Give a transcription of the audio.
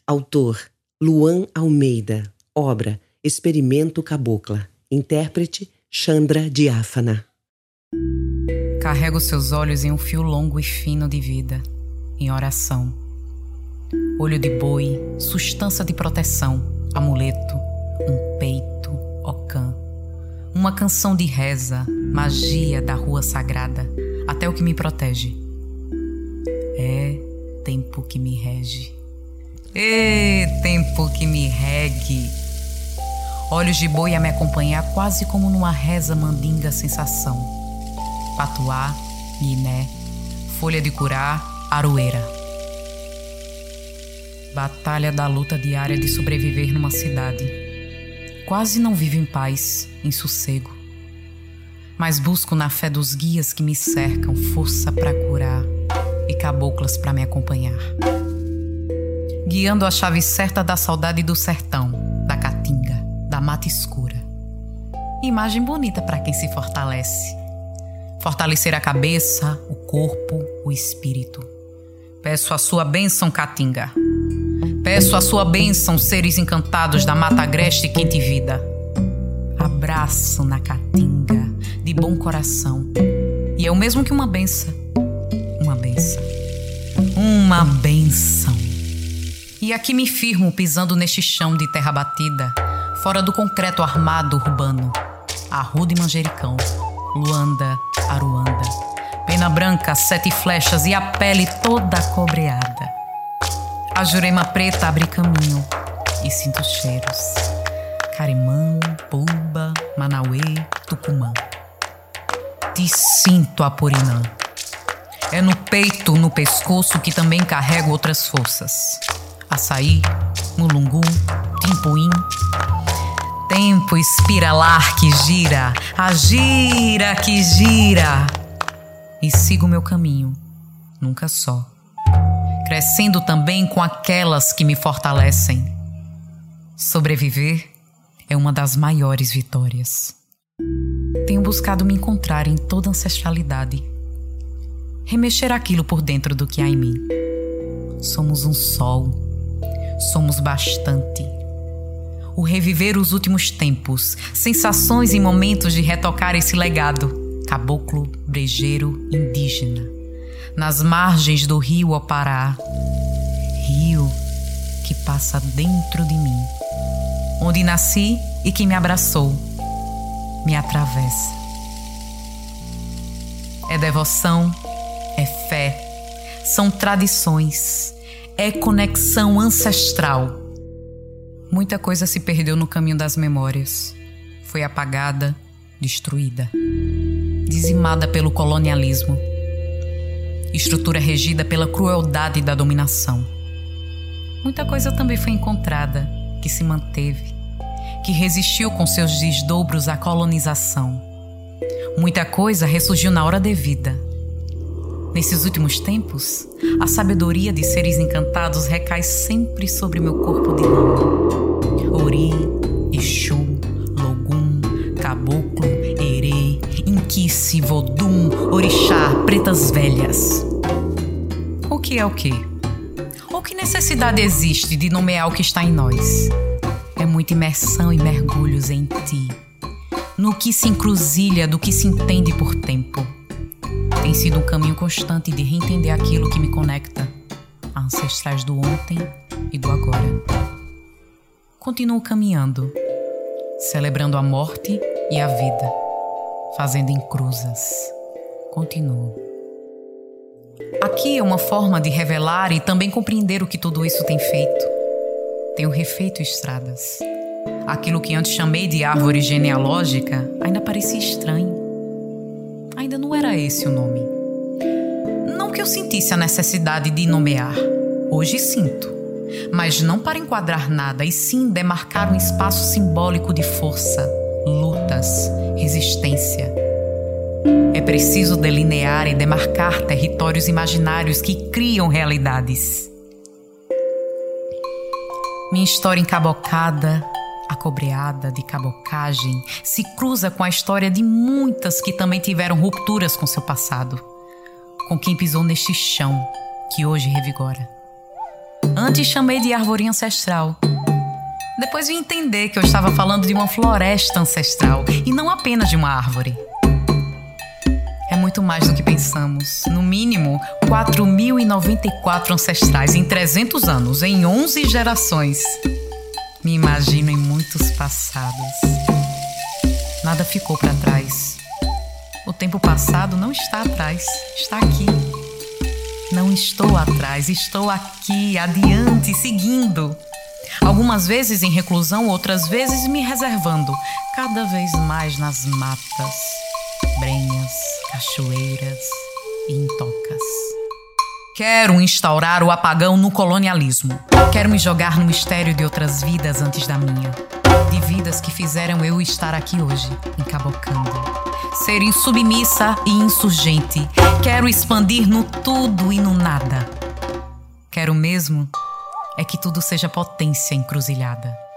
Autor: Luan Almeida. Obra: Experimento Cabocla. Intérprete: Chandra Diáfana. Carrego seus olhos em um fio longo e fino de vida, em oração. Olho de boi, sustância de proteção, amuleto, um peito, ocã. Uma canção de reza, magia da rua sagrada, até o que me protege. É tempo que me rege. Tempo que me regue. Olhos de boi a me acompanhar quase como numa reza mandinga sensação. Patuá, guiné, folha de curá, aroeira. Batalha da luta diária de sobreviver numa cidade. Quase não vivo em paz, em sossego. Mas busco na fé dos guias que me cercam força pra curar e caboclas pra me acompanhar. Guiando a chave certa da saudade do sertão, da caatinga, da mata escura. Imagem bonita pra quem se fortalece. Fortalecer a cabeça, o corpo, o espírito. Peço a sua bênção, caatinga. Peço a sua bênção, seres encantados da mata agreste e quente vida. Abraço na caatinga, de bom coração. E é o mesmo que uma benção. Uma benção. Uma benção. E aqui me firmo pisando neste chão de terra batida, fora do concreto armado urbano. Arruda e manjericão, Luanda, Aruanda. Pena branca, 7 flechas e a pele toda cobreada. A Jurema preta abre caminho e sinto cheiros. Carimã, Pulba, Manauê, Tucumã. Te sinto, Apurinã. É no peito, no pescoço que também carrego outras forças. Açaí, Mulungu, Timpuim. Tempo espiralar que gira, a gira que gira. E sigo meu caminho, nunca só. Crescendo também com aquelas que me fortalecem. Sobreviver é uma das maiores vitórias. Tenho buscado me encontrar em toda ancestralidade. Remexer aquilo por dentro do que há em mim. Somos um sol. Somos bastante. O reviver os últimos tempos, sensações e momentos de retocar esse legado, caboclo, brejeiro, indígena, nas margens do rio Opará, rio que passa dentro de mim, onde nasci e que me abraçou, me atravessa. É devoção, é fé, são tradições, é conexão ancestral. Muita coisa se perdeu no caminho das memórias. Foi apagada, destruída, dizimada pelo colonialismo. Estrutura regida pela crueldade da dominação. Muita coisa também foi encontrada, que se manteve, que resistiu com seus desdobros à colonização. Muita coisa ressurgiu na hora devida. Nesses últimos tempos, a sabedoria de seres encantados recai sempre sobre meu corpo de lama. Ori, Exu, Logum, Caboclo, Erê, Inquice, Vodum, Orixá, Pretas Velhas. O que é o quê? Ou que necessidade existe de nomear o que está em nós? É muita imersão e mergulhos em ti, no que se encruzilha do que se entende por tempo. Tem sido um caminho constante de reentender aquilo que me conecta a ancestrais do ontem e do agora. Continuo caminhando, celebrando a morte e a vida, fazendo encruzas. Continuo. Aqui é uma forma de revelar e também compreender o que tudo isso tem feito. Tenho refeito estradas. Aquilo que antes chamei de árvore genealógica ainda parecia estranho. Ainda não era esse o nome. Não que eu sentisse a necessidade de nomear. Hoje sinto. Mas não para enquadrar nada, e sim demarcar um espaço simbólico de força, lutas, resistência. É preciso delinear e demarcar territórios imaginários que criam realidades. Minha história encabocada, acobreada de cabocagem, se cruza com a história de muitas que também tiveram rupturas com seu passado, com quem pisou neste chão que hoje revigora. Antes chamei de árvore ancestral. Depois vim entender que eu estava falando de uma floresta ancestral e não apenas de uma árvore. É muito mais do que pensamos. No mínimo, 4.094 ancestrais em 300 anos, em 11 gerações. Me imagino em muitos passados. Nada ficou para trás. O tempo passado não está atrás, está aqui. Não estou atrás, estou aqui, adiante, seguindo. Algumas vezes em reclusão, outras vezes me reservando, cada vez mais nas matas, brenhas, cachoeiras e intocas. Quero instaurar o apagão no colonialismo. Quero me jogar no mistério de outras vidas antes da minha. De vidas que fizeram eu estar aqui hoje, encabocando. Ser insubmissa e insurgente. Quero expandir no tudo e no nada. Quero mesmo é que tudo seja potência encruzilhada.